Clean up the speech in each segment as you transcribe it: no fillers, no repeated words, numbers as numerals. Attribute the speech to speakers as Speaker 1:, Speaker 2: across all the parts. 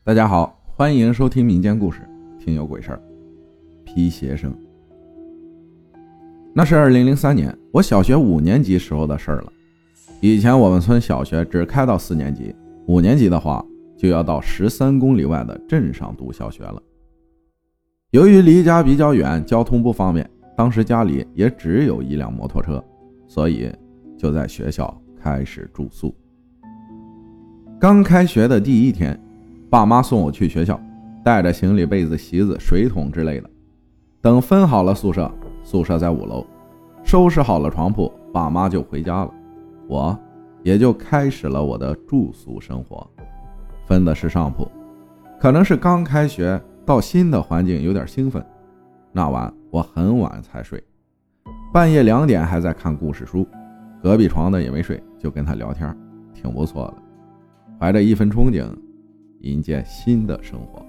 Speaker 1: 大家好，欢迎收听民间故事，听有鬼事儿。皮鞋声，那是2003年，我小学5年级时候的事儿了。以前我们村小学只开到4年级，5年级的话就要到13公里外的镇上读小学了。由于离家比较远，交通不方便，当时家里也只有一辆摩托车，所以就在学校开始住宿。刚开学的第一天，爸妈送我去学校，带着行李、被子、席子、水桶之类的。等分好了宿舍在5楼，收拾好了床铺，爸妈就回家了，我也就开始了我的住宿生活。分的是上铺，可能是刚开学到新的环境有点兴奋，那晚我很晚才睡，半夜2点还在看故事书，隔壁床的也没睡，就跟他聊天，挺不错的，怀着一份憧憬迎接新的生活。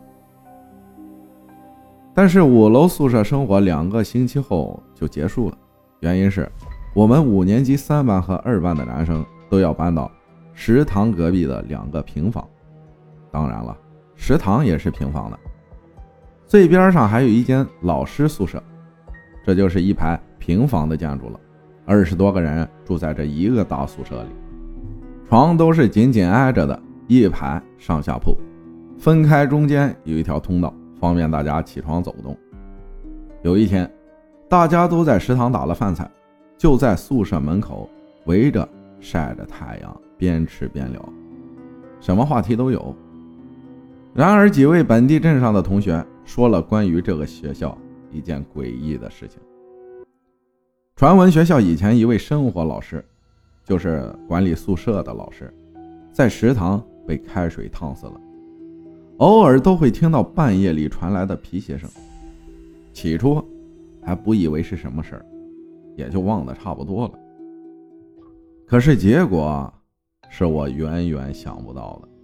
Speaker 1: 但是5楼宿舍生活2个星期后就结束了，原因是我们5年级3班和2班的男生都要搬到食堂隔壁的2个平房，当然了，食堂也是平房的，最边上还有一间老师宿舍，这就是一排平房的建筑了，20多个人住在这一个大宿舍里，床都是紧紧挨着的，一排上下铺，分开中间有一条通道，方便大家起床走动。有一天，大家都在食堂打了饭菜，就在宿舍门口围着晒着太阳，边吃边聊，什么话题都有。然而几位本地镇上的同学说了关于这个学校一件诡异的事情。传闻学校以前一位生活老师，就是管理宿舍的老师，在食堂被开水烫死了，偶尔都会听到半夜里传来的皮鞋声。起初还不以为是什么事儿，也就忘得差不多了。可是结果是我远远想不到的，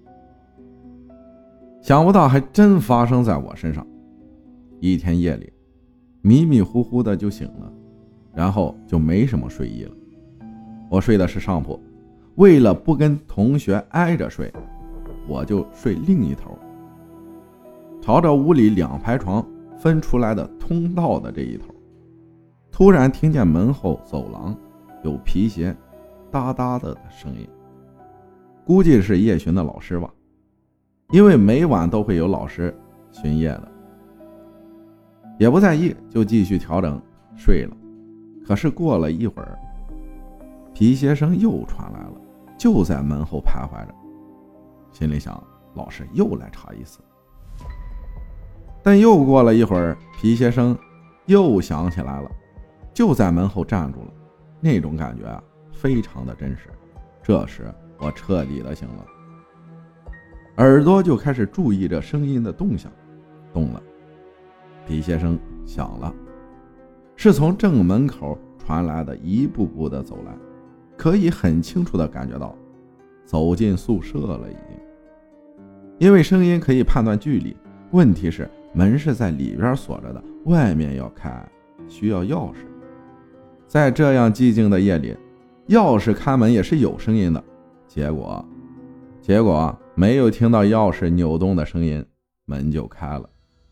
Speaker 1: 想不到还真发生在我身上。一天夜里，迷迷糊糊的就醒了，然后就没什么睡意了。我睡的是上铺，为了不跟同学挨着睡，我就睡另一头，朝着屋里2排床分出来的通道的这一头。突然听见门后走廊有皮鞋哒哒的声音，估计是夜巡的老师吧，因为每晚都会有老师巡夜的。也不在意，就继续调整睡了。可是过了一会儿，皮鞋声又传来了，就在门后徘徊着，心里想老师又来查一次。但又过了一会儿，皮鞋声又响起来了，就在门后站住了，那种感觉非常的真实。这时我彻底的醒了，耳朵就开始注意着声音的动向，动了，皮鞋声响了，是从正门口传来的，一步步的走来，可以很清楚的感觉到走进宿舍了已经。因为声音可以判断距离，问题是门是在里边锁着的，外面要开需要钥匙。在这样寂静的夜里，钥匙开门也是有声音的，结果没有听到钥匙扭动的声音，门就开了。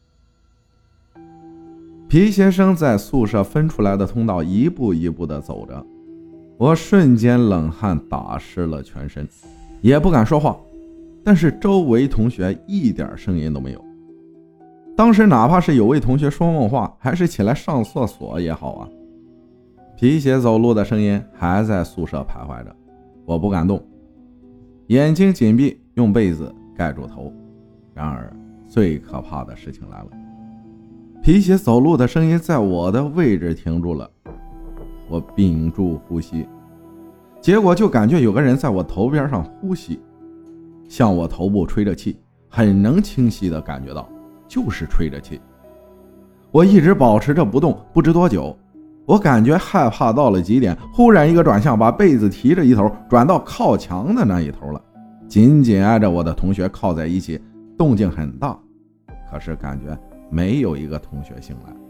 Speaker 1: 皮鞋声在宿舍分出来的通道一步一步地走着，我瞬间冷汗打湿了全身，也不敢说话，但是周围同学一点声音都没有。当时哪怕是有位同学说梦话，还是起来上厕所也好啊。皮鞋走路的声音还在宿舍徘徊着，我不敢动，眼睛紧闭，用被子盖住头。然而最可怕的事情来了，皮鞋走路的声音在我的位置停住了，我屏住呼吸，结果就感觉有个人在我头边上呼吸，向我头部吹着气，很能清晰地感觉到就是吹着气。我一直保持着不动，不知多久，我感觉害怕到了极点，忽然一个转向，把被子提着一头转到靠墙的那一头了，紧紧挨着我的同学靠在一起，动静很大，可是感觉没有一个同学醒来。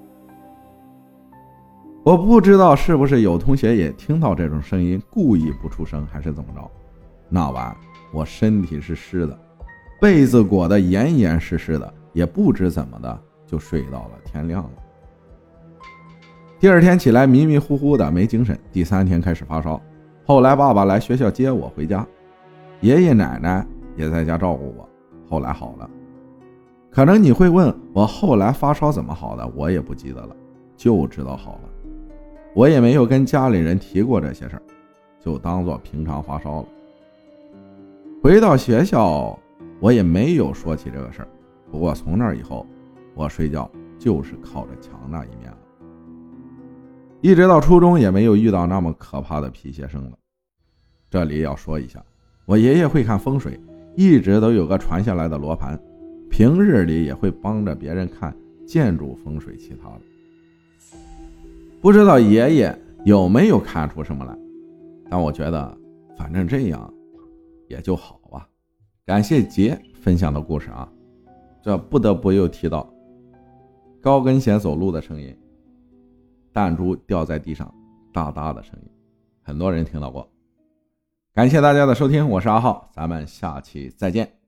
Speaker 1: 我不知道是不是有同学也听到这种声音，故意不出声还是怎么着。那晚我身体是湿的， 被子裹得严严实实的，也不知怎么的就睡到了天亮了。第二天起来迷迷糊糊的没精神，第三天开始发烧。后来爸爸来学校接我回家，爷爷奶奶也在家照顾我，后来好了。可能你会问我后来发烧怎么好的，我也不记得了，就知道好了。我也没有跟家里人提过这些事儿，就当做平常发烧了。回到学校我也没有说起这个事儿，不过从那以后我睡觉就是靠着墙那一面了。一直到初中也没有遇到那么可怕的皮鞋声了。这里要说一下，我爷爷会看风水，一直都有个传下来的罗盘，平日里也会帮着别人看建筑风水其他的。不知道爷爷有没有看出什么来，但我觉得反正这样也就好吧。感谢杰分享的故事啊，这不得不又提到高跟鞋走路的声音，弹珠掉在地上哒哒的声音，很多人听到过。感谢大家的收听，我是阿浩，咱们下期再见。